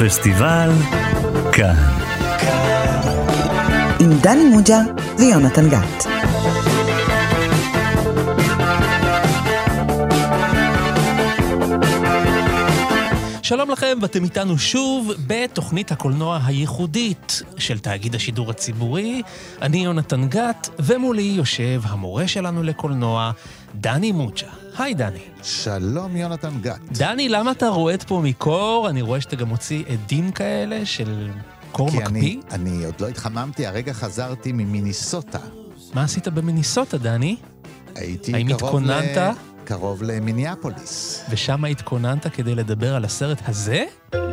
פסטיבל כאן. עם דני מוג'ה ויונתן גת. שלום לכם, ואתם איתנו שוב בתוכנית הקולנוע הייחודית של תאגיד השידור הציבורי. אני יונתן גת, ומולי יושב המורה שלנו לקולנוע, דני מוג'ה. היי דני. שלום יונתן גת. דני, למה אתה רועד פה מקור? אני רואה שאתה גם מוציא עדים כאלה של קור מקפיא. אני עוד לא התחממתי, הרגע חזרתי ממיניסוטה. מה עשית במיניסוטה, דני? האם התכוננת? קרוב למיניאפוליס. ושם התכוננת כדי לדבר על הסרט הזה?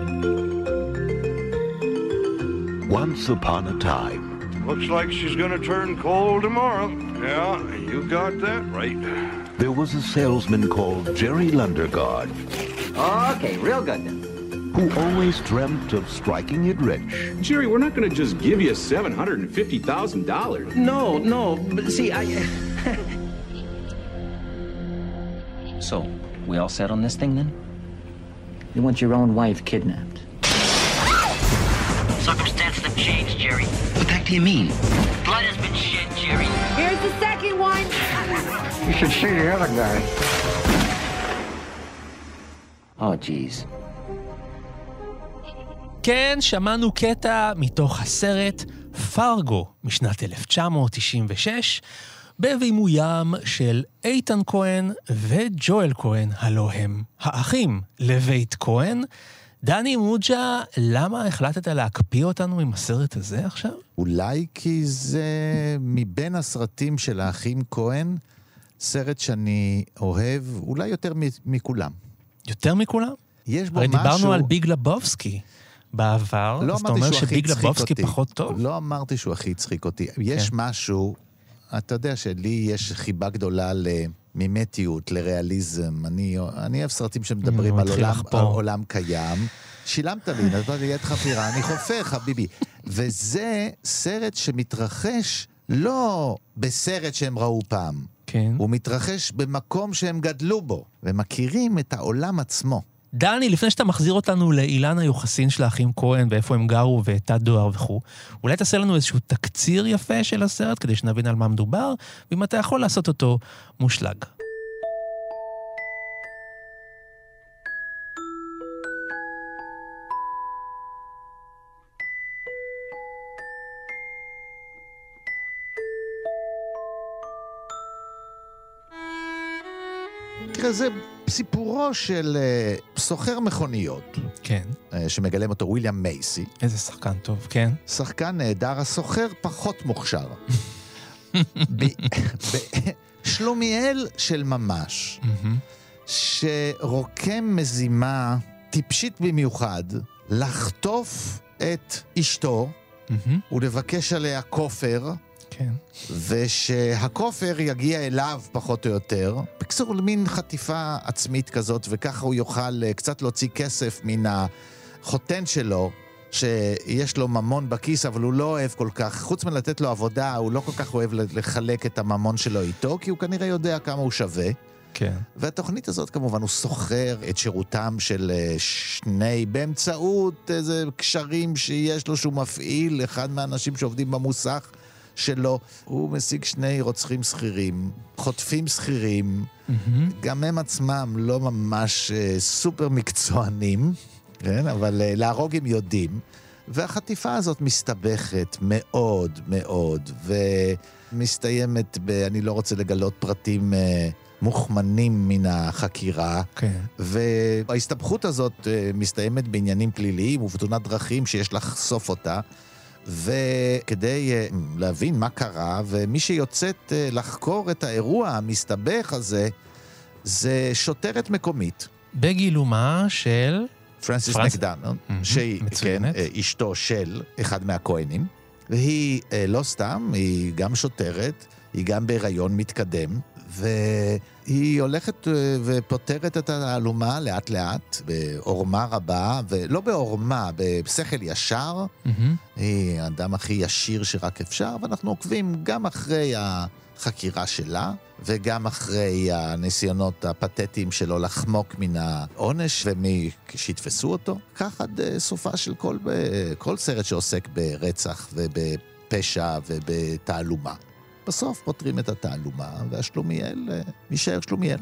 Once upon a time. Looks like she's gonna turn cold tomorrow. Yeah, you got that right. There was a salesman called Jerry Lundergaard. Okay, real good then. Who always dreamt of striking it rich. Jerry, we're not gonna just give you $750,000. No, but see, So, we all set on this thing then? You want your own wife kidnapped? Circumstances have changed, Jerry. What the heck do you mean? Blood has been shed, Jerry. Here's the second one. You should see the other guy. Oh, geez. כן, שמענו קטע מתוך הסרט פארגו משנת 1996, בבימוים של איתן כהן וג'ואל כהן, הלא הם האחים לבית כהן. דני מוג'ה, למה החלטת להקפיא אותנו עם הסרט הזה עכשיו? אולי כי זה מבין הסרטים של האחים כהן, סרט שאני אוהב אולי יותר מכולם. יותר מכולם? יש בו הרי משהו... דיברנו על ביג לבובסקי בעבר, לא אז אתה אומר שביג לבובסקי פחות טוב? לא אמרתי שהוא הכי צחיק אותי. יש משהו... אתה יודע שלי יש חיבה גדולה למימטיות, לריאליזם. אני אוהב סרטים שמדברים על עולם קיים. שילמת לי, נתת לי יד חפירה, אני חופר, חביבי. וזה סרט שמתרחש לא בסרט שהם ראו פעם. כן. הוא מתרחש במקום שהם גדלו בו, ומכירים את העולם עצמו. דני, לפני שאתה מחזיר אותנו לאילן היוחסין של האחים כהן, ואיפה הם גרו ותת דואר וכו', אולי תעשה לנו איזשהו תקציר יפה של הסרט, כדי שנבין על מה מדובר, ואם אתה יכול לעשות אותו מושלג. תראה, זה סיפורו של סוחר מכוניות. כן. שמגלם אותו וויליאם מייסי. איזה שחקן טוב, כן. שחקן נהדר, הסוחר פחות מוכשר. שלומיאל של ממש, שרוקם מזימה טיפשית במיוחד, לחטוף את אשתו, ולבקש עליה כופר, כן. ושהכופר יגיע אליו פחות או יותר, בקצור למין חטיפה עצמית כזאת, וככה הוא יוכל קצת להוציא כסף מן החותן שלו, שיש לו ממון בכיס, אבל הוא לא אוהב כל כך, חוץ מלתת לו עבודה, הוא לא כל כך אוהב לחלק את הממון שלו איתו, כי הוא כנראה יודע כמה הוא שווה. כן. והתוכנית הזאת כמובן הוא סוחר את שירותם של שני, באמצעות איזה קשרים שיש לו שהוא מפעיל, אחד מהאנשים שעובדים במוסך, שלו, הוא משיג שני רוצחים שכירים, חוטפים שכירים, גם הם עצמם לא ממש סופר מקצוענים, כן? אבל להרוג הם יודעים, והחטיפה הזאת מסתבכת מאוד מאוד, ומסתיימת אני לא רוצה לגלות פרטים מוכמנים מן החקירה, כן. וההסתבכות הזאת מסתיימת בעניינים פליליים ובתאונת דרכים שיש לחשוף אותה, וכדי להבין מה קרה, ומי שיוצאת לחקור את האירוע המסתבך הזה, זה שוטרת מקומית. בגילומה של... פרנסיס מקדונלד, שהיא כן, אשתו של אחד מהכהנים, והיא לא סתם, היא גם שוטרת, היא גם בהיריון מתקדם, והיא הולכת ופותרת את התעלומה לאט לאט, בעורמה רבה, ולא בעורמה, בשכל ישר. היא האדם הכי ישיר שרק אפשר, ואנחנו עוקבים גם אחרי החקירה שלה, וגם אחרי הניסיונות הפתטיים שלו לחמוק מן העונש, ומי שיתפסו אותו. כך עד סופה של כל סרט שעוסק ברצח ובפשע ובתעלומה. בסוף פותרים את התעלומה, והשלומיאל יישאר שלומיאל.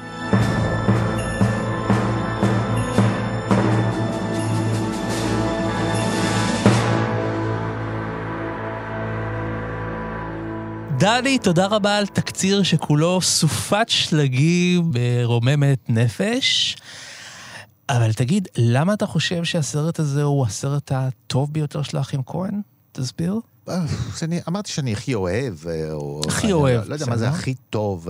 דני, תודה רבה על תקציר שכולו סופת שלגים ברוממת נפש. אבל תגיד, למה אתה חושב שהסרט הזה הוא הסרט הטוב ביותר של האחים כהן? תסביר? אמרתי שאני הכי אוהב. הכי אוהב. לא יודע מה זה הכי טוב.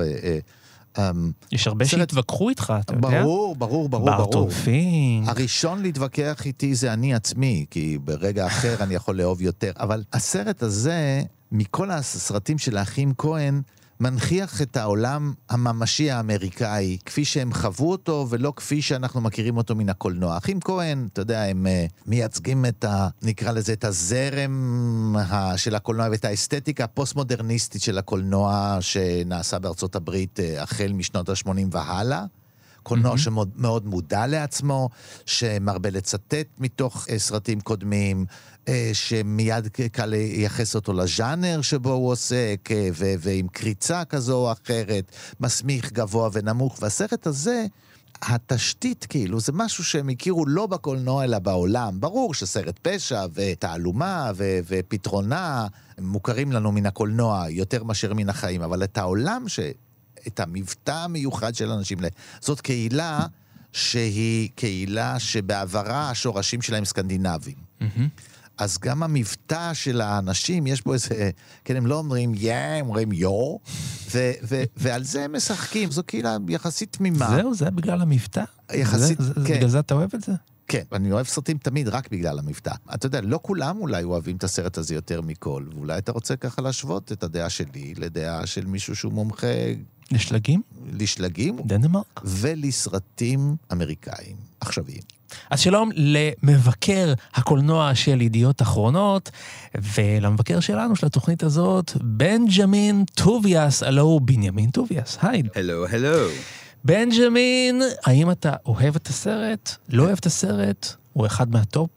יש הרבה שהתווכחו איתך, אתה יודע? ברור. ברטון פינק. הראשון להתווכח איתי זה אני עצמי, כי ברגע אחר אני יכול לאהוב יותר. אבל הסרט הזה, מכל הסרטים של האחים כהן, מנחיח את העולם הממשי האמריקאי, כפי שהם חוו אותו, ולא כפי שאנחנו מכירים אותו מן הקולנוע. האחים כהן, אתה יודע, הם מייצגים נקרא לזה, את הזרם של הקולנוע, ואת האסתטיקה הפוסט-מודרניסטית של הקולנוע, שנעשה בארצות הברית החל משנות ה-80 והלאה. קולנוע שמאוד מודע לעצמו, שמרבה לצטט מתוך סרטים קודמים, שמיד קל לייחס אותו לז'אנר שבו הוא עוסק, ועם קריצה כזו או אחרת, מסמיך גבוה ונמוך. והסרט הזה, התשתית כאילו, זה משהו שהם הכירו לא בקולנוע אלא בעולם. ברור שסרט פשע ותעלומה ופתרונה מוכרים לנו מן הקולנוע יותר מאשר מן החיים, אבל את העולם את המבטא המיוחד של אנשים. זאת קהילה שהיא קהילה שבעברה השורשים שלהם סקנדינביים. אז גם המבטא של האנשים, יש בו איזה, כן, הם לא אומרים הם אומרים יו, ועל זה הם משחקים. זו קהילה יחסית תמימה. זהו, זה בגלל המבטא? יחסית, כן. בגלל זה אתה אוהב את זה? כן, אני אוהב סרטים תמיד רק בגלל המבטא. אתה יודע, לא כולם אולי אוהבים את הסרט הזה יותר מכל, ואולי אתה רוצה ככה להשוות את הדעה שלי לדעה של מישהו שהוא מומחה לשלגים? לשלגים. דנמרק. ולסרטים אמריקאים עכשוויים. אז שלום למבקר הקולנוע של ידיעות אחרונות, ולמבקר שלנו של התוכנית הזאת, בנג'מין טוביאס, הלו בנימין טוביאס, היי. הלו. בנג'מין, האם אתה אוהב את הסרט? לא אוהב את הסרט? הוא אחד מהטופ?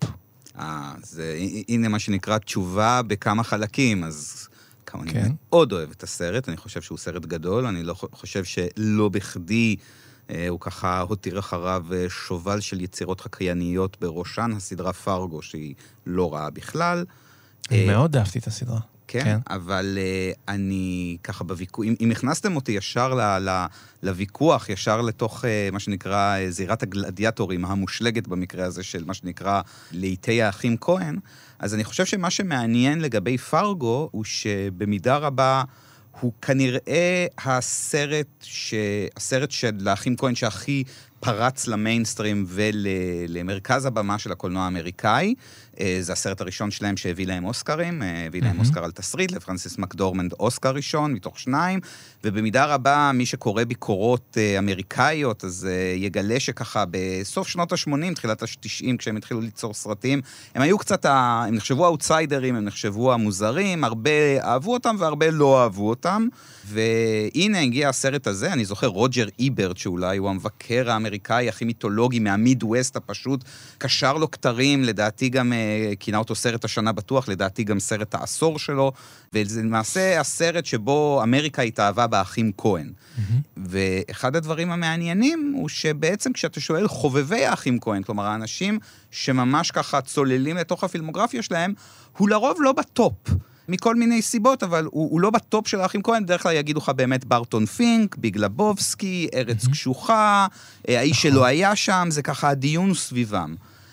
הנה מה שנקרא תשובה בכמה חלקים, אז כמה אני מאוד אוהב את הסרט, אני חושב שהוא סרט גדול, אני לא חושב שלא בכדי הוא ככה הותיר אחריו שובל של יצירות חקייניות בראשן, הסדרה פארגו, שהיא לא רעה בכלל. מאוד אהבתי את הסדרה. כן, אבל אני ככה בוויכוח, אם הכנסתם אותי ישר לוויכוח, ישר לתוך מה שנקרא זירת הגלדיאטורים המושלגת במקרה הזה של מה שנקרא לעיתי האחים כהן, אז אני חושב שמה שמעניין לגבי פארגו הוא שבמידה רבה הוא כנראה הסרט של האחים כהן שהכי פרץ למיינסטרים ולמרכז הבמה של הקולנוע האמריקאי. זה הסרט הראשון שלהם שהביא להם אוסקרים, הביא להם אוסקר על תסריט, לפרנסיס מקדורמנד אוסקר ראשון מתוך 2, ובמידה רבה מי שקורא ביקורות אמריקאיות, אז יגלה שככה בסוף שנות ה-80, תחילת ה-90, כשהם התחילו ליצור סרטים, הם היו קצת, הם נחשבו האוטסיידרים, הם נחשבו המוזרים, הרבה אהבו אותם והרבה לא אהבו אותם, והנה הגיע הסרט הזה, אני זוכר רוג'ר איברט, שאולי הוא המבקר האמריקאי הכי מיתולוגי מהמיד-ווסט הפשוט, קשר לו כתרים, לדעתי גם כינה אותו סרט השנה בטוח, לדעתי גם סרט העשור שלו, וזה למעשה הסרט שבו אמריקה התאהבה באחים כהן. ואחד הדברים המעניינים הוא שבעצם כשאתה שואל חובבי האחים כהן, כלומר האנשים שממש ככה צוללים לתוך הפילמוגרפיה שלהם, הוא לרוב לא בטופ. מכל מיני סיבות, אבל הוא לא בטופ של האחים כהן, דרך כלל יגידו לך באמת ברטון פינק, ביג לבובסקי, ארץ קשוחה, האיש שלא היה שם, זה ככה הדיון סביבם.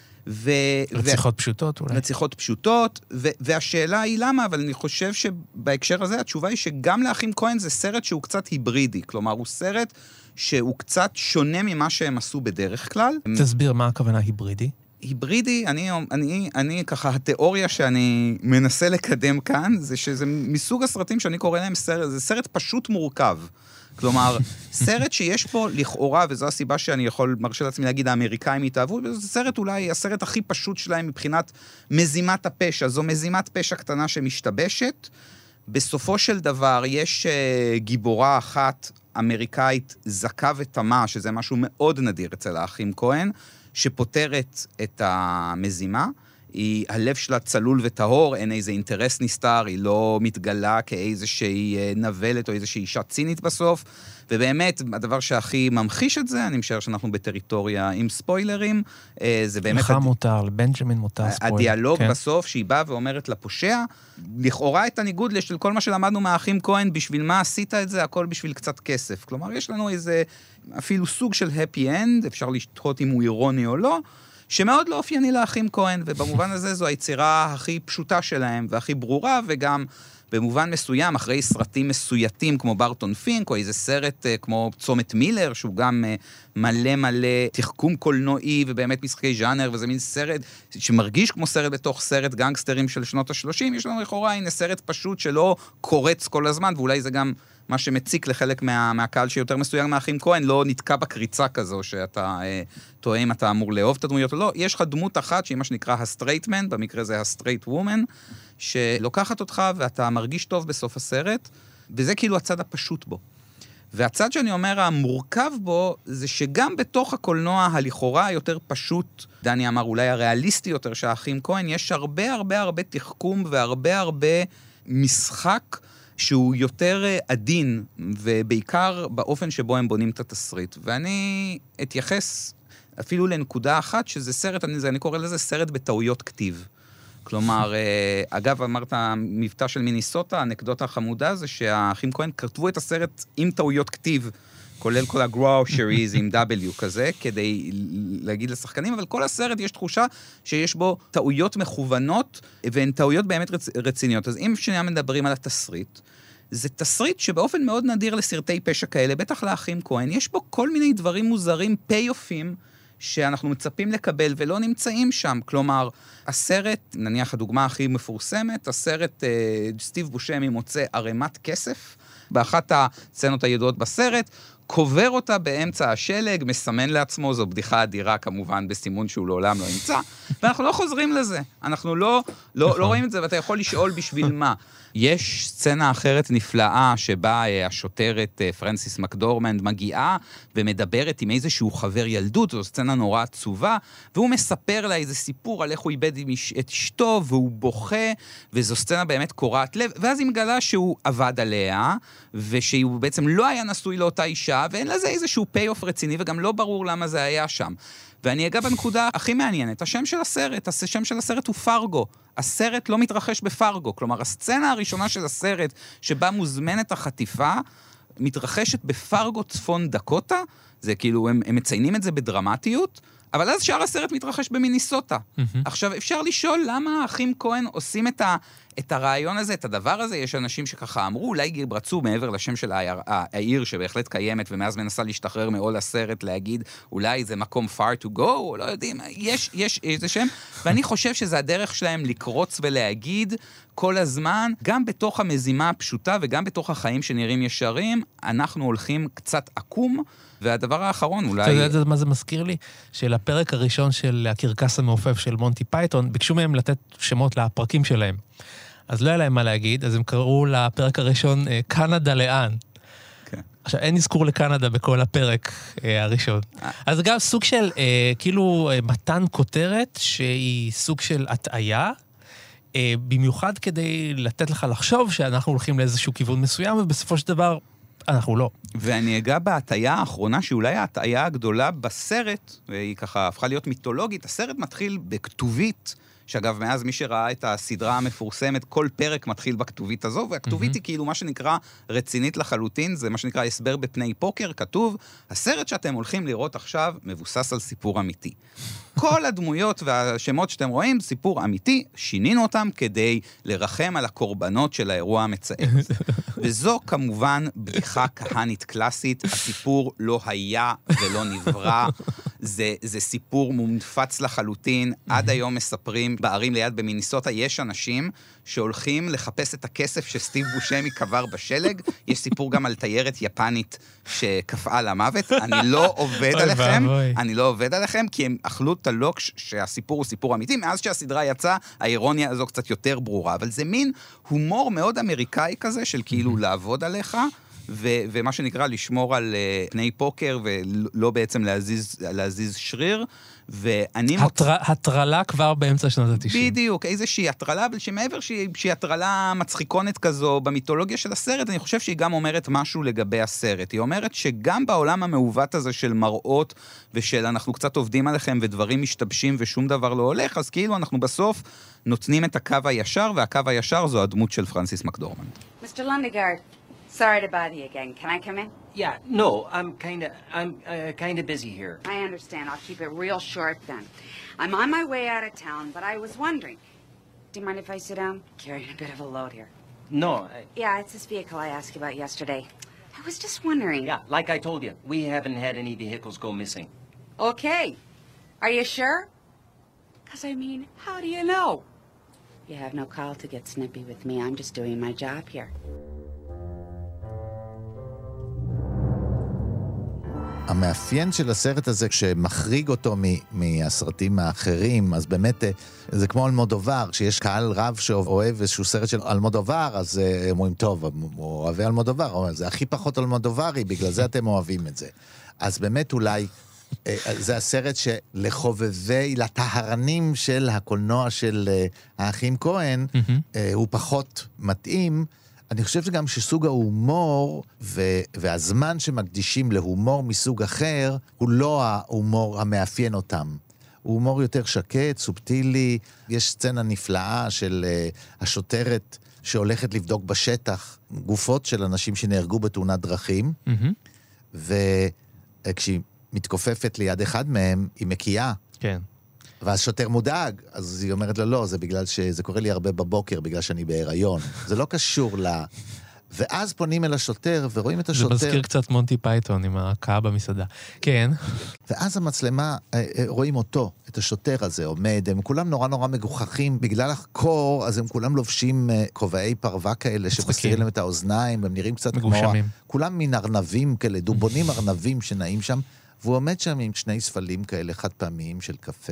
רציחות פשוטות אולי. רציחות פשוטות, והשאלה היא למה, אבל אני חושב שבהקשר הזה התשובה היא שגם לאחים כהן זה סרט שהוא קצת היברידי, כלומר הוא סרט שהוא קצת שונה ממה שהם עשו בדרך כלל. תסביר מה הכוונה היברידי. היברידי, אני ככה, התיאוריה שאני מנסה לקדם כאן, זה שזה מסוג הסרטים שאני קורא להם סרט, זה סרט פשוט מורכב. כלומר, סרט שיש פה לכאורה, וזו הסיבה שאני יכול מרשה לעצמי להגיד, האמריקאים התאהבו, וזה סרט אולי הסרט הכי פשוט שלהם מבחינת מזימת הפשע. זו מזימת פשע קטנה שמשתבשת. בסופו של דבר יש גיבורה אחת אמריקאית זכה ותמה, שזה משהו מאוד נדיר אצל האחים כהן, שפותרת את המזימה. הלב שלה צלול וטהור, אין איזה אינטרס נסתר, היא לא מתגלה כאיזושהי נבלת או איזושהי אישה צינית בסוף, ובאמת, הדבר שהכי ממחיש את זה, אני משער שאנחנו בטריטוריה עם ספוילרים, זה באמת... לך מותר, לבנג'מין מותר ספוילר. הדיאלוג בסוף, שהיא באה ואומרת לפושע, לכאורה את הניגוד של כל מה שלמדנו מהאחים כהן, בשביל מה עשית את זה, הכל בשביל קצת כסף. כלומר, יש לנו איזה, אפילו סוג של happy end, אפשר לשתות אם הוא אירוני או לא, שמאוד לא אופייני לאחים כהן, ובמובן הזה זו היצירה הכי פשוטה שלהם, והכי ברורה, וגם במובן מסוים, אחרי סרטים מסויטים, כמו ברטון פינק, או איזה סרט כמו צומת מילר, שהוא גם מלא תחכום קולנועי, ובאמת משחקי ז'אנר, וזה מין סרט שמרגיש כמו סרט בתוך סרט גנגסטרים של שנות ה-30, יש לנו לכאורה, הנה סרט פשוט שלא קורץ כל הזמן, ואולי זה גם מה שמציק לחלק מהקהל שיותר מסוים מהאחים כהן, לא נתקע בקריצה כזו שאתה טועה אם אתה אמור לאהוב את הדמויות או לא. יש לך דמות אחת שהיא מה שנקרא הסטרייטמן, במקרה זה הסטרייט וומן, שלוקחת אותך ואתה מרגיש טוב בסוף הסרט, וזה כאילו הצד הפשוט בו. והצד שאני אומר המורכב בו, זה שגם בתוך הקולנוע הלכאורה היותר פשוט, דני אמר אולי הריאליסטי יותר שהאחים כהן, יש הרבה תחכום והרבה משחק, שהוא יותר עדין, ובעיקר באופן שבו הם בונים את התסריט. ואני אתייחס אפילו לנקודה אחת, שזה סרט, אני קורא לזה סרט בטעויות כתיב. כלומר, אגב, אמרת, מבטא של מיניסוטה, האנקדוטה החמודה זה שהאחים כהן כתבו את הסרט עם טעויות כתיב, כולל כל הגרושריז עם W כזה, כדי להגיד לשחקנים, אבל כל הסרט יש תחושה שיש בו טעויות מכוונות, והן טעויות באמת רציניות. אז אם שנייה מדברים על התסריט, זה תסריט שבאופן מאוד נדיר לסרטי פשע כאלה, בטח לאחים כהן, יש בו כל מיני דברים מוזרים, פי-אופים, שאנחנו מצפים לקבל ולא נמצאים שם. כלומר, הסרט, נניח הדוגמה הכי מפורסמת, הסרט סטיב בושמי מוצא ערימת כסף, באחת הסצנות הידועות בסרט, קובר אותה באמצע השלג, מסמן לעצמו, זו בדיחה אדירה כמובן, בסימון שהוא לעולם לא ימצא, ואנחנו לא חוזרים לזה, אנחנו לא רואים את זה, ואתה יכול לשאול בשביל מה. יש סצנה אחרת נפלאה, שבה השוטרת פרנסיס מקדורמנד מגיעה, ומדברת עם איזשהו חבר ילדות, זו סצנה נורא עצובה, והוא מספר לה איזה סיפור על איך הוא איבד את אשתו, והוא בוכה, וזו סצנה באמת קורעת לב, ואז היא מגלה שהוא עבד עליה, ושהוא בעצם לא היה נשוי לאותה אישה, ואין לזה איזשהו פי-אוף רציני, וגם לא ברור למה זה היה שם. ואני אגע בנקודה הכי מעניינת, השם של הסרט הוא פרגו. הסרט לא מתרחש בפרגו, כלומר, הסצנה הראשונה של הסרט, שבה מוזמנת החטיפה, מתרחשת בפרגו צפון דקוטה, זה כאילו, הם מציינים את זה בדרמטיות, אבל אז שאר הסרט מתרחש במיניסוטה. עכשיו, אפשר לשאול למה האחים כהן עושים את הרעיון הזה, את הדבר הזה. יש אנשים שככה אמרו, אולי רצו מעבר לשם של העיר שבהחלט קיימת, ומאז מנסה להשתחרר מעול הסרט, להגיד, אולי זה מקום far to go, או לא יודעים, יש איזה שם, ואני חושב שזה הדרך שלהם לקרוץ ולהגיד כל הזמן, גם בתוך המזימה הפשוטה, וגם בתוך החיים שנראים ישרים, אנחנו הולכים קצת עקום, והדבר האחרון אולי... אתה יודע מה זה מזכיר לי? שלפרק הראשון של הקרקס המעופף של מונטי פייתון, ביקשו מהם לתת שמות לפרקים שלהם. אז לא היה להם מה להגיד, אז הם קראו לפרק הראשון קנדה לאן. כן. עכשיו, אין נזכור לקנדה בכל הפרק הראשון. אז גם סוג של, כאילו, מתן כותרת, שהיא סוג של הטעיה, במיוחד כדי לתת לך לחשוב שאנחנו הולכים לאיזשהו כיוון מסוים, ובסופו של דבר אנחנו לא. ואני אגע בהטעיה האחרונה, שאולי ההטעיה הגדולה בסרט, והיא ככה הפכה להיות מיתולוגית, הסרט מתחיל בכתובית, שאגב, מאז מי שראה את הסדרה המפורסמת, כל פרק מתחיל בכתובית הזו, והכתובית היא כאילו מה שנקרא רצינית לחלוטין, זה מה שנקרא הסבר בפני פוקר, כתוב, הסרט שאתם הולכים לראות עכשיו מבוסס על סיפור אמיתי. כל הדמויות והשמות שאתם רואים, סיפור אמיתי, שינינו אותם כדי לרחם על הקורבנות של האירוע המצער. וזו כמובן בדיחה כהנית קלאסית, הסיפור לא היה ולא נברא, זה סיפור מונפץ לחלוטין. עד היום מספרים בערים ליד במיניסוטה, יש אנשים שהולכים לחפש את הכסף שסטיב בושמי קבר בשלג. יש סיפור גם על תיירת יפנית שקפאה למוות. אני לא עובד עליכם, כי הם אכלו את הלוק שהסיפור הוא סיפור אמיתי. מאז שהסדרה יצאה, האירוניה הזו קצת יותר ברורה, אבל זה מין הומור מאוד אמריקאי כזה, של כאילו לעבוד עליך, ומה שנקרא לשמור על פני פוקר, ולא בעצם להזיז שריר, ואני הטרלה כבר באמצע שנות ה-90. בדיוק, איזושהי הטרלה, אבל שמעבר שהיא הטרלה מצחיקונת כזו במיתולוגיה של הסרט, אני חושב שהיא גם אומרת משהו לגבי הסרט. היא אומרת שגם בעולם המעוות הזה של מראות, ושל אנחנו קצת עובדים עליכם, ודברים משתבשים ושום דבר לא הולך, אז כאילו אנחנו בסוף נותנים את הקו הישר, והקו הישר זו הדמות של פרנסיס מקדורמנד. Mr. Lundegaard, sorry to bother you again. Can I come in? Yeah, no, I'm kind of busy here. I understand. I'll keep it real short then. I'm on my way out of town, but I was wondering, do you mind if I sit down? Carrying a bit of a load here. No. Yeah, it's this vehicle I asked you about yesterday. I was just wondering. Yeah, like I told you, we haven't had any vehicles go missing. Okay. Are you sure? Because, I mean, how do you know? You have no call to get snippy with me. I'm just doing my job here. המאפיין של הסרט הזה, שמחריג אותו מהסרטים האחרים, אז באמת זה כמו אלמודובר, כשיש קהל רב שאוהב איזשהו סרט של אלמודובר, אז אומרים, טוב, הוא אוהב אלמודובר, זה הכי פחות אלמודוברי, בגלל זה אתם אוהבים את זה. אז באמת אולי זה הסרט שלחובבי, לטהרנים של הקולנוע של האחים כהן, הוא פחות מתאים. אני חושב שגם שסוג ההומור והזמן שמקדישים להומור מסוג אחר, הוא לא ההומור המאפיין אותם. הוא הומור יותר שקט, סובטילי. יש סצנה נפלאה של השוטרת שהולכת לבדוק בשטח גופות של אנשים שנהרגו בתאונת דרכים, וכשהיא מתכופפת ליד אחד מהם, היא מקיאה. כן. ואז שוטר מודאג, אז היא אומרת לו, לא, זה בגלל שזה קורה לי הרבה בבוקר, בגלל שאני בהיריון. זה לא קשור לה. ואז פונים אל השוטר, ורואים את השוטר. זה מזכיר קצת מונטי פייתון עם הקאה במסעדה. כן. ואז המצלמה, רואים אותו, את השוטר הזה עומד, הם כולם נורא נורא מגוחכים, בגלל הקור, אז הם כולם לובשים כובעי פרווה כאלה, שמסתירים להם את האוזניים, הם נראים קצת מגושמים. כמו, כולם מין ארנבים כאלה, דובונים ארנבים שנעים שם, והוא עומד שם עם שני ספלים כאלה חד פעמיים של קפה.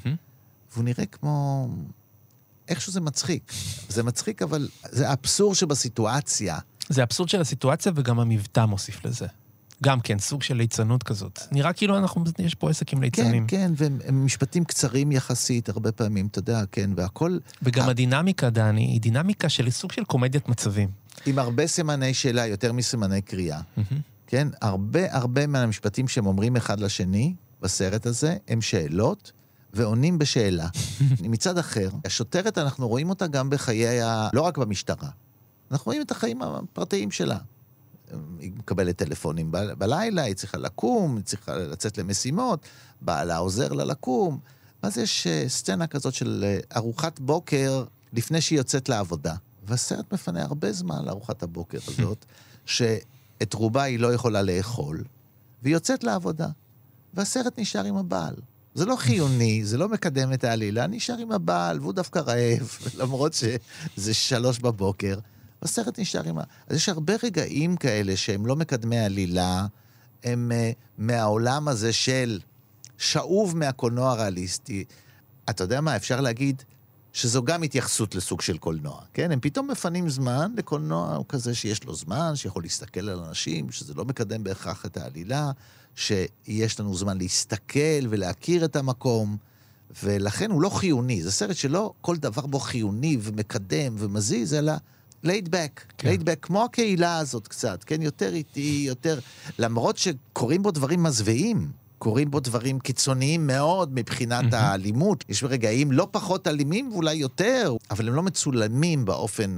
והוא נראה כמו... איכשהו זה מצחיק. זה מצחיק, אבל זה אבסורד שבסיטואציה. זה אבסורד של הסיטואציה, וגם המבטא מוסיף לזה. גם כן, סוג של ליצנות כזאת. נראה כאילו יש פה עסק עם ליצנים. כן, כן, והם משפטים קצרים יחסית, הרבה פעמים, אתה יודע, כן, והכל... וגם הדינמיקה, דני, היא דינמיקה של סוג של קומדיית מצבים. עם הרבה סימני שאלה, יותר מסימני קריאה. כן, הרבה מהמשפטים שהם אומרים אחד לשני בסרט הזה, הם שאלות ועונים בשאלה. מצד אחר, השוטרת, אנחנו רואים אותה גם בחיי, לא רק במשטרה. אנחנו רואים את החיים הפרטיים שלה. היא מקבלת טלפונים בלילה, היא צריכה לקום, היא צריכה לצאת למשימות, בעלה עוזר לה לקום. אז יש סצנה כזאת של ארוחת בוקר לפני שהיא יוצאת לעבודה. והסרט מפנה הרבה זמן לארוחת הבוקר הזאת, שאת רובה היא לא יכולה לאכול, והיא יוצאת לעבודה. והסרט נשאר עם הבעל. זה לא חיוני, זה לא מקדם את העלילה, נשאר עם הבעל, והוא דווקא רעב, למרות שזה 3 בבוקר. הסרט נשאר עם... אז יש הרבה רגעים כאלה שהם לא מקדמי עלילה, הם מהעולם הזה של שאוב מהקולנוע הריאליסטי. אתה יודע מה, אפשר להגיד שזו גם התייחסות לסוג של קולנוע, כן? הם פתאום מפנים זמן לקולנוע כזה שיש לו זמן, שיכול להסתכל על אנשים, שזה לא מקדם בהכרח את העלילה, שיש לנו זמן להסתכל ולהכיר את המקום, ולכן הוא לא חיוני. זה סרט שלא כל דבר בו חיוני ומקדם ומזיז, אלא laid back, כן. laid back, כמו הקהילה הזאת קצת, כן? יותר איטי, יותר... למרות שקוראים בו דברים מזוויעים, קוראים בו דברים קיצוניים מאוד מבחינת האלימות. יש רגעים לא פחות אלימים ואולי יותר, אבל הם לא מצולמים באופן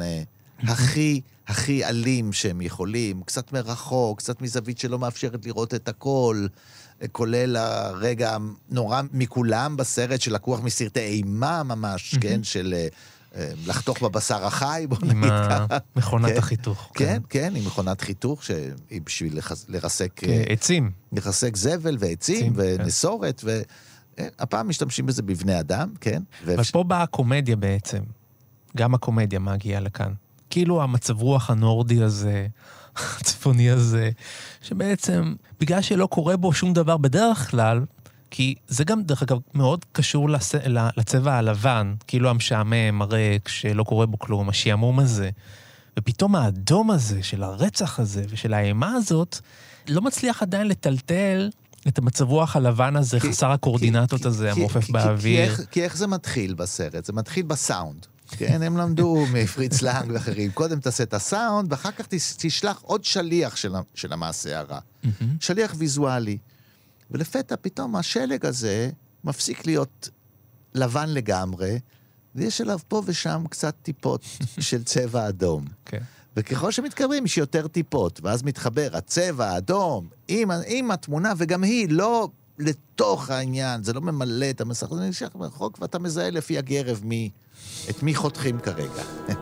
הכי אלים שהם יכולים, קצת מרחוק, קצת מזווית שלא מאפשרת לראות את הכל, כולל הרגע נורא מכולם בסרט שלקוח מסרטי אימה ממש, כן? של לחתוך בבשר החי, בוא נגיד ככה. עם מכונת החיתוך. כן, כן, עם מכונת חיתוך, שהיא בשביל לרסק... עצים. לרסק זבל ועצים ונסורת, והפעם משתמשים בזה בבני אדם, כן. אבל פה באה הקומדיה בעצם. גם הקומדיה מגיעה לכאן. כאילו המצב רוח הנורדי הזה, הצפוני הזה, שבעצם, בגלל שלא קורה בו שום דבר בדרך כלל, כי זה גם, דרך אגב, מאוד קשור לצבע הלבן, כאילו המשעמם, הריק, שלא קורה בו כלום, השיעמום הזה. ופתאום האדום הזה, של הרצח הזה, ושל האימה הזאת, לא מצליח עדיין לטלטל את המצב רוח הלבן הזה, חסר הקורדינטות הזה, המעופף באוויר. כי איך זה מתחיל בסרט? זה מתחיל בסאונד. כן, הם למדו מפריץ לנג ואחרים. קודם תעשה את הסאונד, ואחר כך תשלח עוד שליח של המעשה הרע. שליח ויזואלי. ולפתע פתאום השלג הזה מפסיק להיות לבן לגמרי, ויש עליו פה ושם קצת טיפות של צבע אדום. וככל שמתקרבים יש יותר טיפות, ואז מתחבר הצבע האדום עם התמונה, וגם היא לא לתוך העניין, זה לא ממלא את המסך, זה נשאר מרחוק, ואתה מזהה לפי הגרב את מי חותכים כרגע.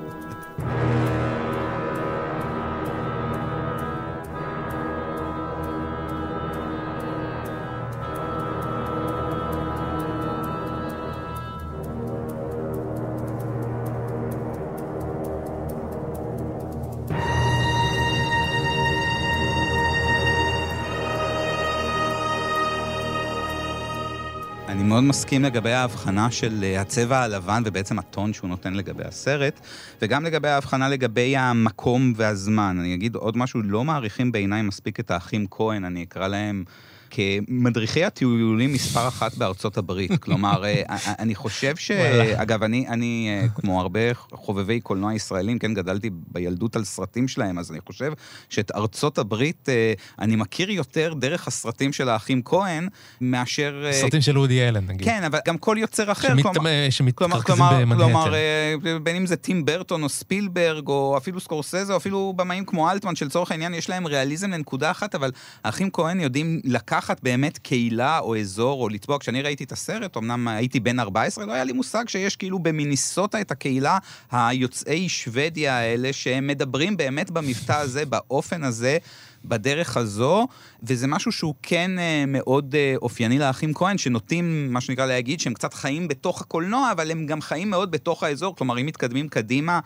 אני מאוד מסכים לגבי ההבחנה של הצבע הלבן ובעצם הטון שהוא נותן לגבי הסרט, וגם לגבי ההבחנה לגבי המקום והזמן. אני אגיד עוד משהו, לא מעריכים בעיניי מספיק את האחים כהן, אני אקרא להם כמדריכי הטיולים מספר אחת בארצות הברית. כלומר, אני חושב אגב, אני כמו הרבה חובבי קולנוע ישראלים, כן, גדלתי בילדות על סרטים שלהם, אז אני חושב שאת ארצות הברית אני מכיר יותר דרך הסרטים של האחים כהן, מאשר... סרטים של אודי אלן, נגיד. כן, אבל גם כל יוצר אחר. שמתרכזים במנהטן. כלומר, בין אם זה טים ברטון או ספילברג, או אפילו סקורסזה, או אפילו במאים כמו אלטמן, של צורך העניין, יש להם ריאליזם לנקודה אחת, אבל האחים כהן יודעים לקחת באמת קהילה או אזור או לטבוע. כשאני ראיתי את הסרט, אמנם הייתי בן 14, לא היה לי מושג שיש כאילו במיניסוטה את הקהילה היוצאי שוודיה האלה, שהם מדברים באמת במבטא הזה, באופן הזה, בדרך הזו, וזה משהו שהוא כן מאוד אופייני לאחים כהן, שנוטים, מה שנקרא להגיד, שהם קצת חיים בתוך הקולנוע, אבל הם גם חיים מאוד בתוך האזור, כלומר, אם מתקדמים קדימה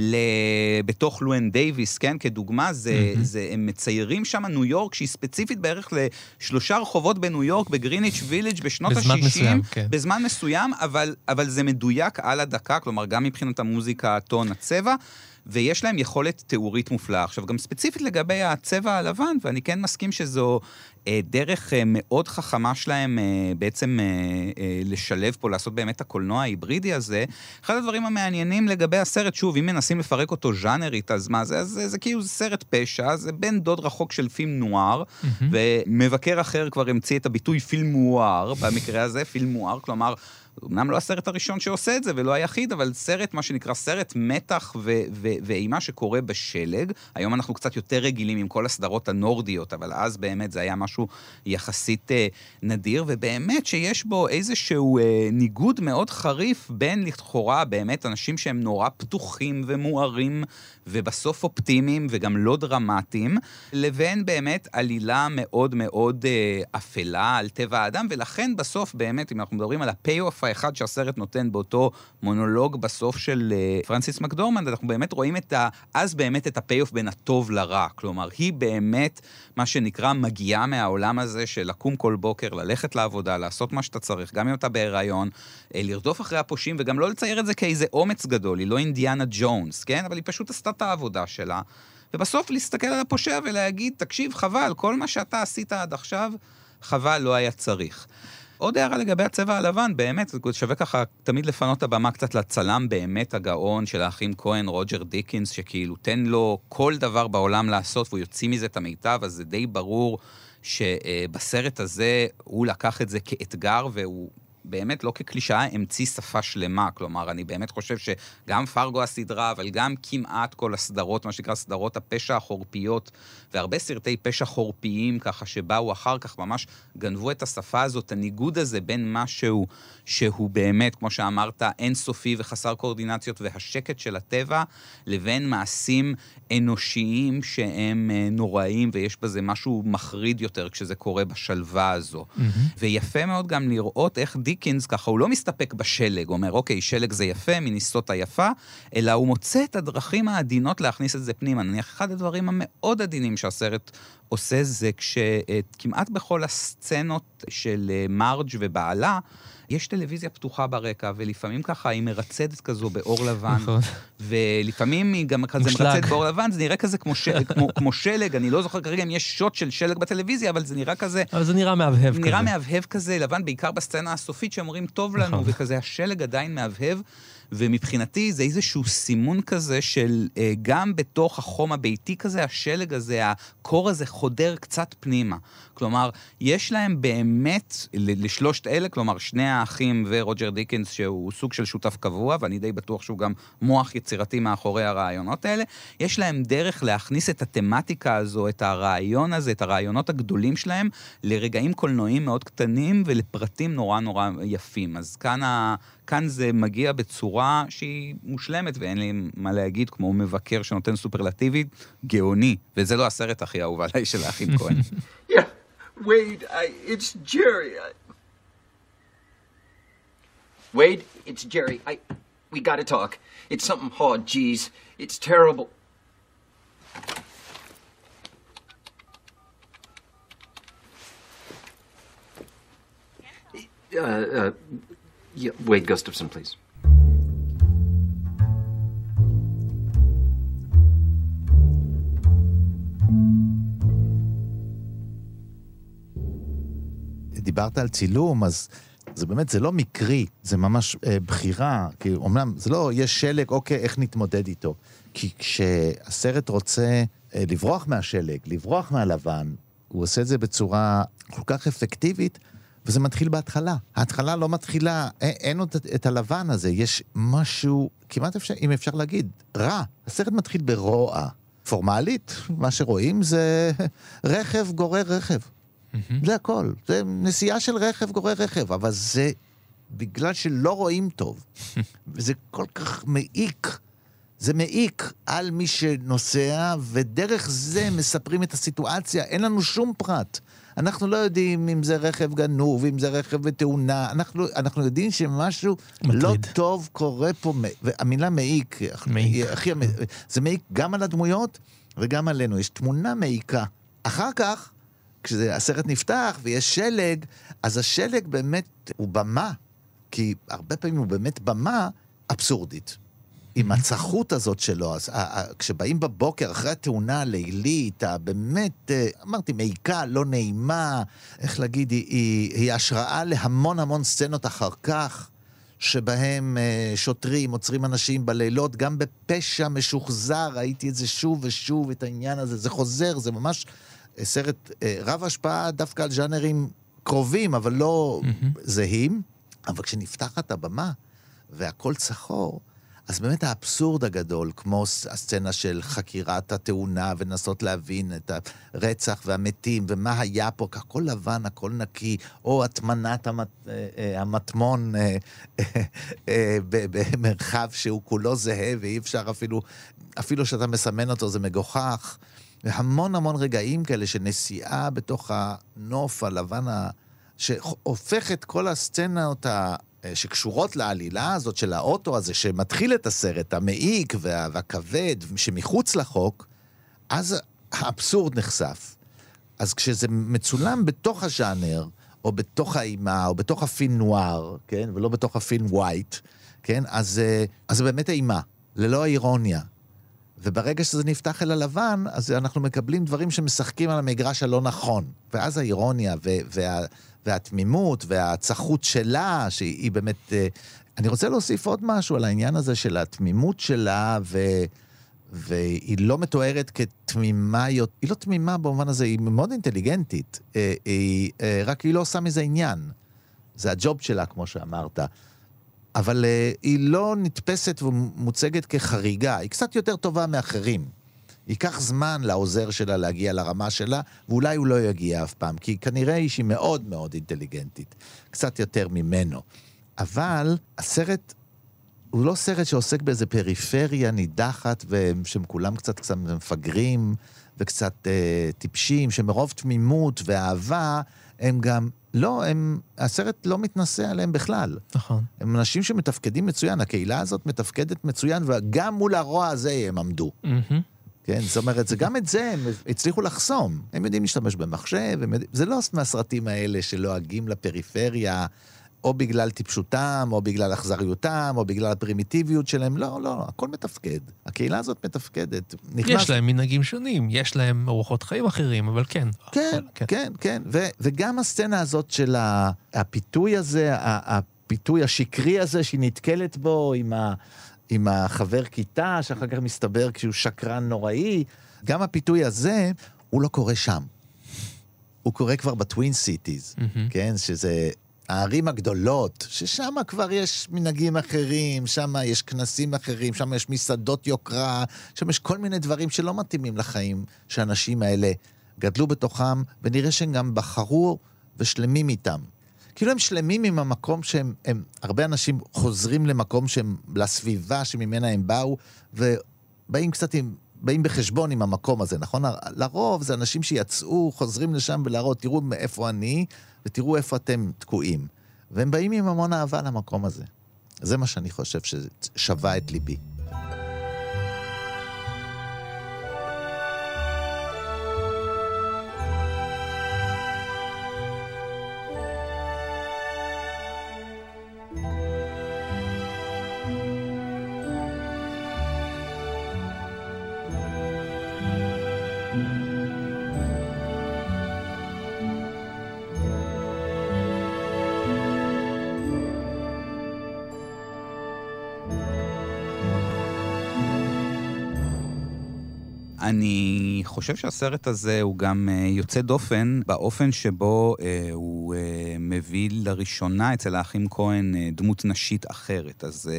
בתוך לואן דייביס, כן, כדוגמה, הם מציירים שם ניו יורק, שהיא ספציפית בערך ל3 רחובות בניו יורק, בגריניץ' ויליג' בשנות ה-60, בזמן מסוים, אבל זה מדויק על הדקה, כלומר, גם מבחינת המוזיקה, הטון, הצבע, ויש להם יכולת תיאורית מופלאה. עכשיו, גם ספציפית לגבי הצבע הלבן, ואני כן מסכים שזו דרך מאוד חכמה שלהם בעצם לשלב פה, לעשות באמת הקולנוע ההיברידי הזה. אחד הדברים המעניינים לגבי הסרט, שוב, אם מנסים לפרק אותו ז'אנרית, אז מה זה? זה כאילו סרט פשע, זה בן דוד רחוק של פילם נואר, ומבקר אחר כבר המציא את הביטוי פילם מואר, במקרה הזה, פילם מואר, כלומר, אמנם לא הסרט הראשון שעושה את זה, ולא היחיד, אבל סרט, מה שנקרא, סרט מתח ואימה שקורה בשלג. היום אנחנו קצת יותר רגילים עם כל הסדרות הנורדיות, אבל אז באמת זה היה משהו יחסית נדיר, ובאמת שיש בו איזשהו ניגוד מאוד חריף בין לכאורה באמת אנשים שהם נורא פתוחים ומוארים, ובסוף אופטימיים וגם לא דרמטיים, לבין באמת עלילה מאוד מאוד אפלה על טבע האדם, ולכן בסוף באמת, אם אנחנו מדברים על הפי-אוף האחד שהסרט נותן באותו מונולוג בסוף של פרנסיס מקדורמנד, אנחנו באמת רואים אז באמת את הפי-אוף בין הטוב לרע, כלומר, היא באמת מה שנקרא מגיעה מהעולם הזה של לקום כל בוקר, ללכת לעבודה, לעשות מה שאתה צריך, גם אם אתה בהיריון, לרדוף אחרי הפושעים, וגם לא לצייר את זה כאיזה אומץ גדול, היא לא אינדיאנה ג'ונס, כן? אבל היא פשוט עשתה את העבודה שלה, ובסוף להסתכל על הפושע ולהגיד, תקשיב, חבל, כל מה שאתה עשית עד עכשיו, חבל, לא היה צריך. עוד הערה לגבי הצבע הלבן, באמת, זה שווה ככה תמיד לפנות את הבמה קצת לצלם באמת הגאון של האחים כהן, רוג'ר דיקינס, שכאילו תן לו כל דבר בעולם לעשות, והוא יוציא מזה את המיטב, אז זה די ברור שבסרט הזה הוא לקח את זה כאתגר, והוא באמת לא כקלישאה, המציא שפה שלמה. כלומר, אני באמת חושב שגם פארגו הסדרה, אבל גם כמעט כל הסדרות, מה שנקרא סדרות הפשע החורפיות, והרבה סרטי פשע חורפיים ככה, שבאו אחר כך ממש גנבו את השפה הזאת, הניגוד הזה בין משהו שהוא באמת, כמו שאמרת, אינסופי וחסר קואורדינציות והשקט של הטבע, לבין מעשים אנושיים שהם נוראים, ויש בזה משהו מחריד יותר כשזה קורה בשלווה הזו. ויפה מאוד גם לראות איך דיקינס, ככה הוא לא מסתפק בשלג, הוא אומר, אוקיי, שלג זה יפה, מיניסוטה יפה, אלא הוא מוצא את הדרכים העדינות להכניס את זה פנימה. נניח, אחד הדברים המאוד עדינים שהסרט עושה זה כשכמעט בכל הסצנות של מרג' ובעלה, יש טלוויזיה פתוחה ברקע, ולפעמים ככה היא מרצדת כזו באור לבן, ולפעמים היא גם כזה מרצדת באור לבן, זה נראה כזה כמו שלג, אני לא זוכר כרגע אם יש שוט של שלג בטלוויזיה, אבל זה נראה כזה... אבל זה נראה מהבהב כזה. נראה מהבהב כזה, לבן, בעיקר בסצנה הסופית שאומרים טוב לנו, וכזה השלג עדיין מהבהב, ומבחינתי זה איזשהו סימון כזה של גם בתוך החום הביתי כזה, השלג הזה, הקור הזה חודר קצת פנימה. כלומר, יש להם באמת, לשלושת אלה, כלומר, שני האחים ורוג'ר דיקינס, שהוא סוג של שותף קבוע, ואני די בטוח שהוא גם מוח יצירתי מאחורי הרעיונות האלה, יש להם דרך להכניס את התמטיקה הזו, את הרעיון הזה, את הרעיונות הגדולים שלהם, לרגעים קולנועיים מאוד קטנים, ולפרטים נורא נורא יפים. אז כאן זה מגיע בצורה שהיא מושלמת, ואין לי מה להגיד, כמו מבקר שנותן סופרלטיבית, גאוני, וזה לא הסרט הכי אהוב עליי של האחים כהן. Yeah, Wade, it's Jerry. Wade, it's Jerry. We gotta talk. It's something hard, geez. It's terrible. Yeah, Wade Gustafson, please. דיברת על צילום, אז זה באמת, זה לא מקרי, זה ממש בחירה, כי אומנם זה לא, יש שלג, אוקיי, איך נתמודד איתו? כי כשהסרט רוצה לברוח מהשלג, לברוח מהלבן, הוא עושה את זה בצורה כל כך אפקטיבית, וזה מתחיל בהתחלה. ההתחלה לא מתחילה, אין עוד את הלבן הזה, יש משהו, כמעט אפשר, אם אפשר להגיד, רע. הסרט מתחיל ברוע. פורמלית, מה שרואים זה רכב גורר רכב. זה הכל. זה נסיעה של רכב גורר רכב, אבל זה בגלל שלא רואים טוב. וזה כל כך מעיק. זה מעיק על מי שנוסע, ודרך זה מספרים את הסיטואציה. אין לנו פרט. אנחנו לא יודעים אם זה רכב גנוב, אם זה רכב בתאונה. אנחנו יודעים שמשהו מטריד. לא טוב קורה פה. והמילה מעיק. זה מעיק גם על הדמויות וגם עלינו. יש תמונה מעיקה. אחר כך, כשהסרט נפתח ויש שלג, אז השלג באמת הוא במה, כי הרבה פעמים הוא באמת במה אבסורדית. עם הצחות הזאת שלו, אז כשבאים בבוקר אחרי התאונה הלילית, באמת, אמרתי, מעיקה, לא נעימה, איך להגיד, היא השראה להמון המון סצנות אחר כך, שבהם שוטרים עוצרים אנשים בלילות, גם בפשע משוחזר, ראיתי את זה שוב ושוב, את העניין הזה, זה חוזר, זה ממש סרט רב השפעה דווקא על ז'אנרים קרובים, אבל לא זהים, אבל כשנפתחת הבמה, והכל צחור, אז באמת האבסורד הגדול, כמו הסצנה של חקירת התאונה, ונסות להבין את הרצח והמתים, ומה היה פה, הכל לבן, הכל נקי, או התמנת המטמון במרחב שהוא כולו זהה, ואי אפשר אפילו שאתה מסמן אותו, זה מגוחך. והמון המון רגעים כאלה שנסיעה בתוך הנוף הלבן, שהופך את כל הסצנות שקשורות לעלילה הזאת של האוטו הזה, שמתחיל את הסרט, המעיק והכבד, שמחוץ לחוק, אז האבסורד נחשף. אז כשזה מצולם בתוך הז'אנר, או בתוך האימה, או בתוך הפין נואר, כן? ולא בתוך הפין ווייט, כן? אז זה באמת האימה, ללא האירוניה. וברגע שזה נפתח אל הלבן, אז אנחנו מקבלים דברים שמשחקים על המגרש הלא נכון. ואז האירוניה והתמימות והצחות שלה, שהיא באמת... אני רוצה להוסיף עוד משהו על העניין הזה של התמימות שלה, והיא לא מתוארת כתמימה, היא לא תמימה במובן הזה, היא מאוד אינטליגנטית, רק היא לא עושה מזה עניין. זה הג'וב שלה, כמו שאמרת. אבל היא לא נתפסת ומוצגת כחריגה, היא קצת יותר טובה מאחרים. ייקח זמן לעוזר שלה להגיע לרמה שלה, ואולי הוא לא יגיע אף פעם, כי כנראה היא שהיא מאוד מאוד אינטליגנטית, קצת יותר ממנו. אבל הסרט הוא לא סרט שעוסק באיזה פריפריה נידחת, ושהם כולם קצת מפגרים, וקצת טיפשים, שמרוב תמימות ואהבה, הם גם, לא, הסרט לא מתנסה עליהם בכלל. נכון. הם אנשים שמתפקדים מצוין, הקהילה הזאת מתפקדת מצוין, וגם מול הרוע הזה הם עמדו. כן, זאת אומרת, זה גם את זה הם הצליחו לחסום. הם יודעים להשתמש במחשב, זה לא מהסרטים האלה שלועגים לפריפריה, או בגלל טיפשותם, או בגלל אכזריותם, או בגלל הפרימיטיביות שלהם. לא, לא, הכל מתפקד. הקהילה הזאת מתפקדת. יש להם מנהגים שונים, יש להם אורחות חיים אחרים, אבל כן. כן, כן, כן. וגם הסצנה הזאת של הפיתוי הזה, הפיתוי השקרי הזה שהיא נתקלת בו עם החבר כיתה, שאחר כך מסתבר כשהוא שקרן נוראי, גם הפיתוי הזה, הוא לא קורה שם. הוא קורה כבר בטווין סיטיז, כן? שזה הערים הגדולות, ששם כבר יש מנהגים אחרים, שם יש כנסים אחרים, שם יש מסעדות יוקרה, שם יש כל מיני דברים שלא מתאימים לחיים שהאנשים האלה גדלו בתוכם, ונראה שהם גם בחרו ושלמים איתם. כאילו הם שלמים עם המקום שהם, הרבה אנשים חוזרים למקום שהם, לסביבה שממנה הם באו, ובאים קצת באים בחשבון עם המקום הזה, נכון? לרוב זה אנשים שיצאו, חוזרים לשם ולהראות, תראו מאיפה אני, ותראו איפה אתם תקועים. והם באים עם המון אהבה למקום הזה. זה מה שאני חושב ששווה את ליבי. אני חושב שהסרט הזה הוא גם יוצא דופן באופן שבו הוא מביא לראשונה אצל האחים כהן דמות נשית אחרת. אז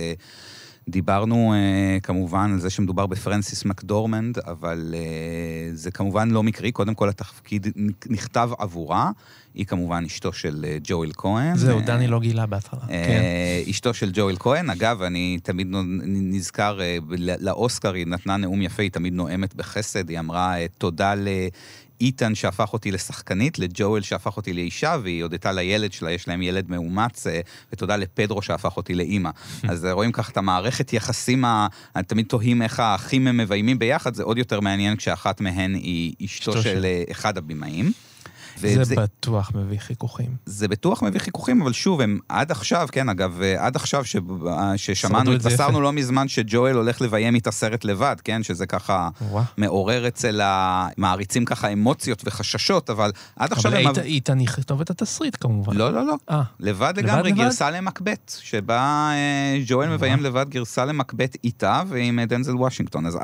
דיברנו כמובן על זה שמדובר בפרנסיס מקדורמנד, אבל זה כמובן לא מקרי. קודם כל התפקיד נכתב עבורה. היא כמובן אשתו של ג'ואל כהן. זהו, דני לא גילה בהתחלה. אשתו של ג'ואל כהן. אגב, אני תמיד נזכר, לאוסקר היא נתנה נאום יפה, היא תמיד נואמת בחסד, היא אמרה תודה איתן שהפך אותי לשחקנית, לג'ואל שהפך אותי לאישה, והיא הודתה לילד שלה, יש להם ילד מאומץ, ותודה לפדרו שהפך אותי לאמא. אז רואים כך את המערכת יחסים, תמיד תוהים איך האחים הם מביימים ביחד, זה עוד יותר מעניין כשאחת מהן היא אשתו של אחד הבימאים. זה בטוח מביא חיכוכים. זה בטוח מביא חיכוכים, אבל שוב, הם עד עכשיו, כן, אגב, עד עכשיו ששמענו, התבשרנו לא מזמן שג'ואל הולך לביים את הסרט לבד, כן, שזה ככה מעורר אצל המעריצים ככה אמוציות וחששות, אבל עד עכשיו... אבל איתן יכתוב את התסריט כמובן. לא, לא, לא. לבד לגמרי, גרסה למקבט, שבה ג'ואל מביים לבד גרסה למקבט איתה, ועם דנזל וושינגטון, אז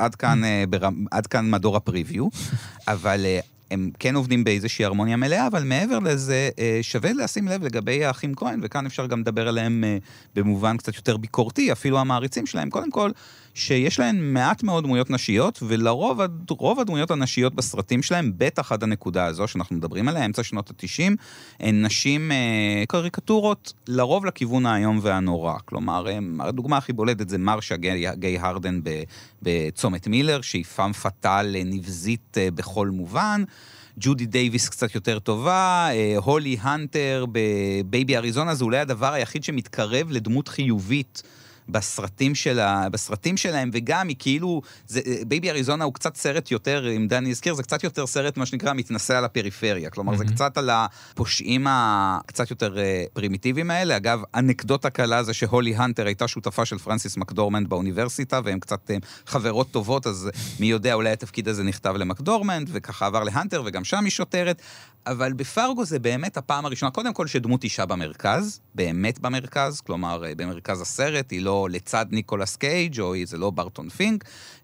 עד כאן מדור הפריוויו, אבל... הם כן עובדים באיזושהי הרמוניה מלאה, אבל מעבר לזה שווה לשים לב לגבי האחים כהן, וכאן אפשר גם לדבר עליהם במובן קצת יותר ביקורתי, אפילו המעריצים שלהם. קודם כל, שיש להן מעט מאוד דמויות נשיות, ולרוב רוב הדמויות הנשיות בסרטים שלהם, בטח עד הנקודה הזו שאנחנו מדברים עליה, אמצע שנות ה-90, הן נשים קריקטורות, לרוב לכיוון היום והנורא. כלומר, הדוגמה הכי בולדת זה מרשה גיי הרדן בצומת מילר, שהיא פאם פטל נבזית בכל מובן, ג'ודי דייביס קצת יותר טובה, הולי הנטר בבייבי אריזונה, זה אולי הדבר היחיד שמתקרב לדמות חיובית בסרטים שלהם, וגם היא כאילו, בייבי אריזונה הוא קצת סרט יותר, אם דני הזכיר, זה קצת יותר סרט, מה שנקרא, מתנסה על הפריפריה, כלומר, זה קצת על הפושעים הקצת יותר פרימיטיביים האלה. אגב, אנקדוטה קלה זה שהולי הנטר הייתה שותפה של פרנסיס מקדורמנד באוניברסיטה, והם קצת חברות טובות, אז מי יודע, אולי התפקיד הזה נכתב למקדורמנד, וככה עבר להנטר, וגם שם היא שוטרת, אבל בפארגו זה באמת הפעם הראשונה, קודם כל שדמות אישה במרכז, באמת במרכז, כלומר, במרכז הסרט, היא לא לצד ניקולס קייג' או זה לא ברטון פינק,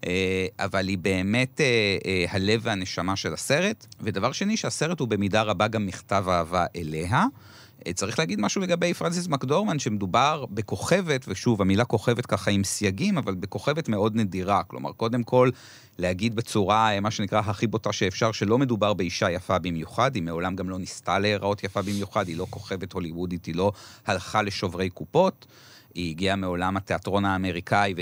אבל היא באמת הלב והנשמה של הסרט. ודבר שני, שהסרט הוא במידה רבה גם מכתב אהבה אליה, צריך להגיד משהו לגבי פרנסיס מקדורמן, שמדובר בכוכבת, ושוב, המילה כוכבת ככה עם סייגים, אבל בכוכבת מאוד נדירה. כלומר, קודם כל, להגיד בצורה, מה שנקרא, הכי בוטה שאפשר, שלא מדובר באישה יפה במיוחד, היא מעולם גם לא ניסתה להיראות יפה במיוחד, היא לא כוכבת הוליוודית, היא לא הלכה לשוברי קופות, היא הגיעה מעולם התיאטרון האמריקאי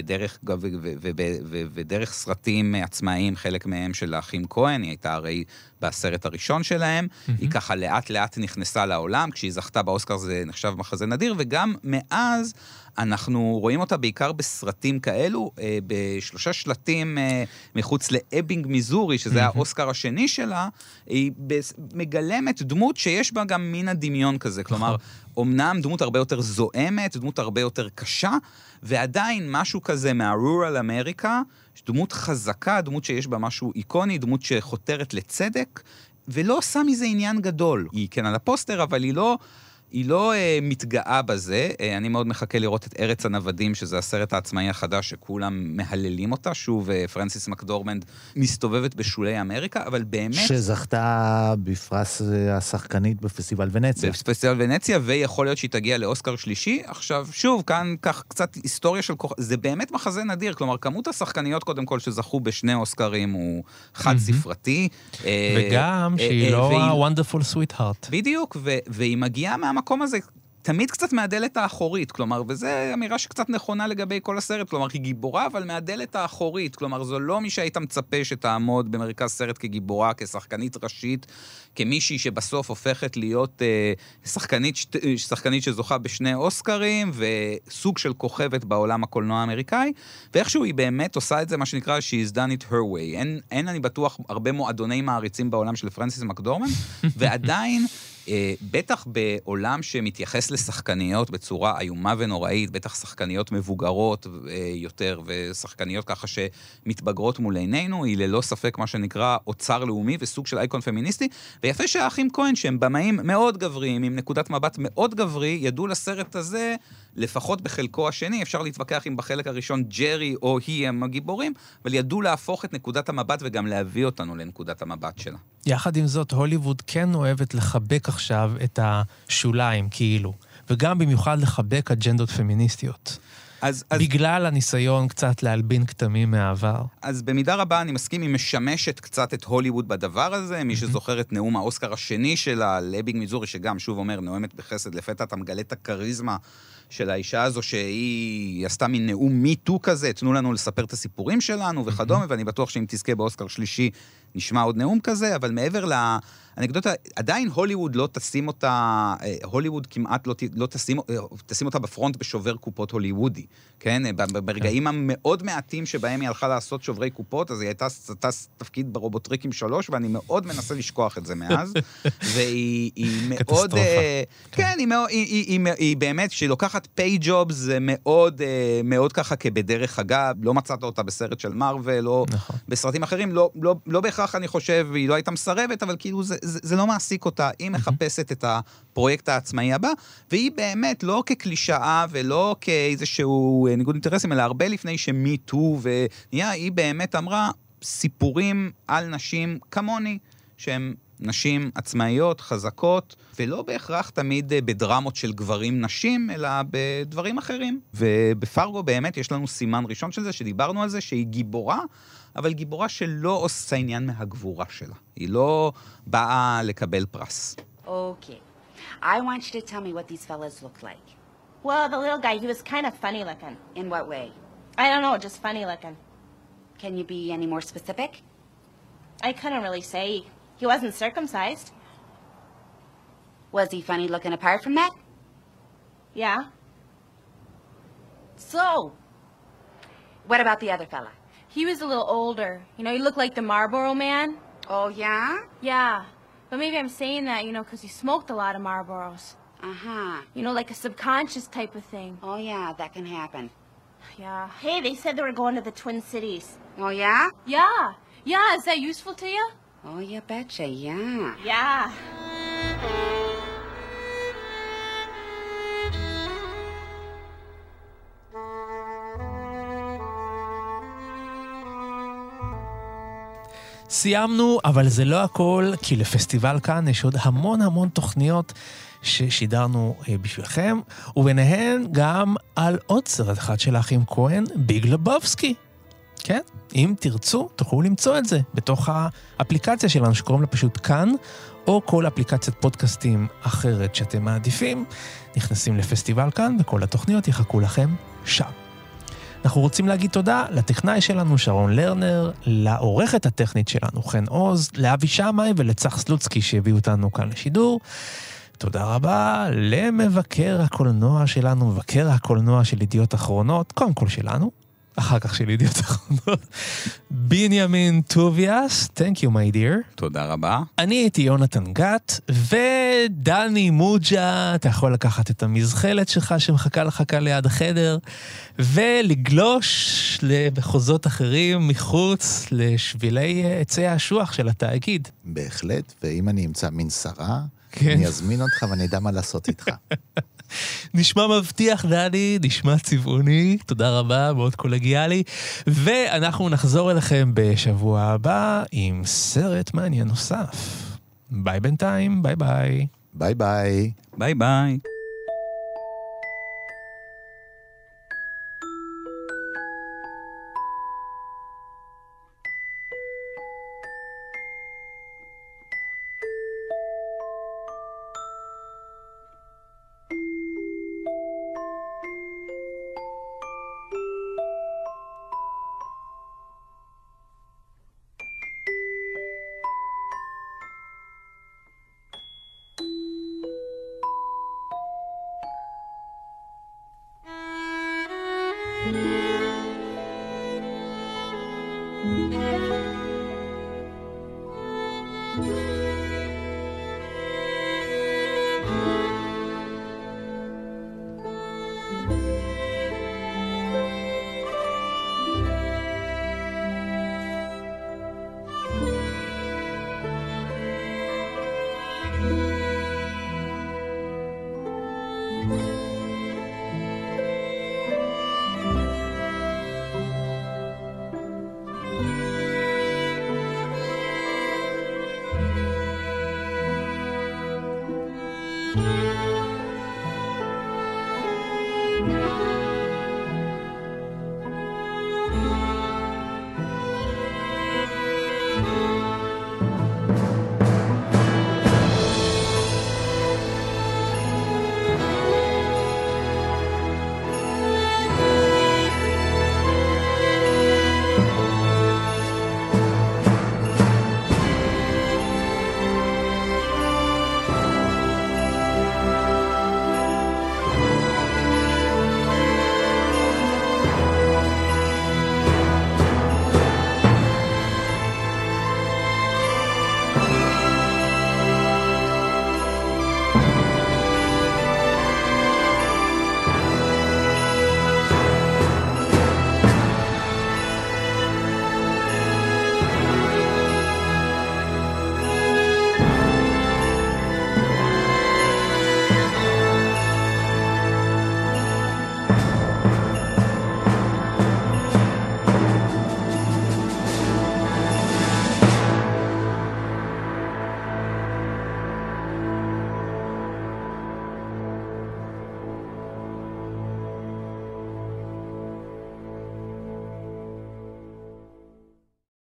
ודרך סרטים עצמאיים, חלק מהם של האחים כהן, היא הייתה הרי בסרט הראשון שלהם, היא ככה לאט לאט נכנסה לעולם, כשהיא זכתה באוסקר זה נחשב מחזה נדיר, וגם מאז אנחנו רואים אותה בעיקר בסרטים כאלו, בשלושה שלטים מחוץ לאבינג מיזורי, שזה האוסקר השני שלה, היא מגלמת דמות שיש בה גם מין הדמיון כזה, כלומר, אומנם דמות הרבה יותר זוהמת, דמות הרבה יותר קשה, ועדיין משהו כזה מהרורל אמריקה, דמות חזקה, דמות שיש בה משהו איקוני, דמות שחותרת לצדק, ולא עושה מזה עניין גדול. היא כן על הפוסטר, אבל היא לא מתגאה בזה. אני מאוד מחכה לראות את ארץ הנוודים, שזה הסרט העצמאי החדש שכולם מהללים אותה. שוב, פרנסיס מקדורמנד מסתובבת בשולי אמריקה, אבל באמת... שזכתה בפרס השחקנית בפסטיבל ונציה. בפסטיבל ונציה, ויכול להיות שהיא תגיע לאוסקר שלישי. עכשיו, שוב, כאן כך קצת היסטוריה של כוח... זה באמת מחזה נדיר, כלומר, כמות השחקניות קודם כל שזכו בשני אוסקרים הוא חד ספרתי. וגם שהיא לא ה-wonderful sweetheart. בדיוק, והיא מגיעה מהמקום הזה תמיד קצת מהדלת האחורית, כלומר, וזו אמירה שקצת נכונה לגבי כל הסרט, כלומר, היא גיבורה, אבל מהדלת האחורית, כלומר, זו לא מי שהיית מצפה שתעמוד במרכז סרט כגיבורה, כשחקנית ראשית, כמישהי שבסוף הופכת להיות שחקנית שזוכה בשני אוסקרים, וסוג של כוכבת בעולם הקולנוע האמריקאי, ואיכשהו היא באמת עושה את זה, מה שנקרא, she's done it her way. אין אני בטוח הרבה מועדוני מעריצים בעולם של פרנסיס מקדורמן, ועדיין בטח בעולם שמתייחס לשחקניות בצורה איומה ונוראית, בטח שחקניות מבוגרות יותר, ושחקניות ככה שמתבגרות מול עינינו, היא ללא ספק מה שנקרא אוצר לאומי וסוג של אייקון פמיניסטי, ויפה שהאחים כהן, שהם במאים מאוד גבריים, עם נקודת מבט מאוד גברי, ידעו לסרט הזה, לפחות בחלקו השני, אפשר להתווכח אם בחלק הראשון ג'רי או היא הם הגיבורים, אבל ידעו להפוך את נקודת המבט וגם להביא אותנו לנקודת המבט שלה. יחד עם זאת, הוליווד כן אוהבת לחבק עכשיו את השוליים, כאילו, וגם במיוחד לחבק אג'נדות פמיניסטיות. בגלל הניסיון קצת להלבין כתמים מהעבר. אז במידה רבה אני מסכים, היא משמשת קצת את הוליווד בדבר הזה, מי שזוכר את נאום האוסקר השני שלה, לאבינג מיזורי, שגם שוב אומר, נואמת בחסד, לפתע אתה מגלה את הקריזמה של האישה הזו, שהיא עשתה מין נאום מיטו כזה, תנו לנו לספר את הסיפורים שלנו וכדומה, ואני בטוח שאם תזכה באוסקר שלישי, נשמע עוד נאום כזה, אבל מעבר לאנקדוטה, עדיין הוליווד לא תשים אותה, הוליווד כמעט לא תשים אותה בפרונט בשובר קופות הוליוודי, כן? ברגעים המאוד מעטים שבהם היא הלכה לעשות שוברי קופות, אז היא הייתה תפקיד ברובוטריקים 3, ואני מאוד מנסה לשכוח את זה מאז, והיא מאוד, כן, היא באמת, שהיא לוקחת פיי ג'ובס, זה מאוד ככה כבדרך אגב, לא מצאת אותה בסרט של מרוול, או בסרטים אחרים, לא בהכרח אני חושב, והיא לא הייתה מסרבת, אבל כאילו זה לא מעסיק אותה, היא מחפשת את הפרויקט העצמאי הבא, והיא באמת לא כקלישאה ולא כאיזשהו ניגוד אינטרסים, אלא הרבה לפני שמיטו, היא באמת אמרה סיפורים על נשים כמוני, שהן נשים עצמאיות, חזקות, ולא בהכרח תמיד בדרמות של גברים נשים, אלא בדברים אחרים. ובפרגו באמת יש לנו סימן ראשון של זה, שדיברנו על זה, שהיא גיבורה, אבל גיבורה שלא עושה עניין מהגבורה שלה. היא לא באה לקבל פרס. Okay. I want you to tell me what these fellas look like. Well, the little guy, he was kind of funny looking. In what way? I don't know, just funny looking. Can you be any more specific? I couldn't really say. He wasn't circumcised. Was he funny looking apart from that? Yeah. So, what about the other fella? He was a little older. You know, he looked like the Marlboro Man. Oh, yeah? Yeah. But maybe I'm saying that, you know, because he smoked a lot of Marlboros. Uh-huh. You know, like a subconscious type of thing. Oh, yeah, that can happen. Yeah. Hey, they said they were going to the Twin Cities. Oh, yeah? Yeah. Yeah, is that useful to you? Oh, you betcha, yeah. Yeah. סיימנו, אבל זה לא הכל, כי לפסטיבל כאן יש עוד המון תוכניות ששידרנו בשבילכם, וביניהן גם על עוד סרט אחד של האחים כהן, ביג לבובסקי. כן? אם תרצו, תוכלו למצוא את זה בתוך האפליקציה שלנו שקוראים לה פשוט כאן, או כל אפליקציית פודקאסטים אחרת שאתם מעדיפים. נכנסים לפסטיבל כאן, וכל התוכניות יחכו לכם שם. אנחנו רוצים להגיד תודה לטכנאי שלנו שרון לרנר, לעורכת הטכנית שלנו חן עוז, לאבי שמאי ולצח סלוצקי שהביאו אותנו כאן לשידור. תודה רבה למבקר הקולנוע שלנו, מבקר הקולנוע של ידיעות אחרונות, קודם כל שלנו, אחר כך של ידיעות אחרונות, בנימין טוביאס, thank you my dear. תודה רבה. אני הייתי יונתן גת, ודני מוג'ה, אתה יכול לקחת את המזחלת שלך שמחכה לך כאן ליד החדר, ולגלוש למחוזות אחרים מחוץ לשבילי עצי השוח של התאגיד. בהחלט, ואם אני אמצא מין שרה, כן. אני אזמין אותך ואני אדע מה לעשות איתך. נשמע מבטיח, דני, נשמע צבעוני, תודה רבה, מאוד קולגיאלי, ואנחנו נחזור אליכם בשבוע הבא עם סרט מעניין נוסף. ביי בינתיים, ביי ביי. ביי ביי. ביי ביי. Thank you.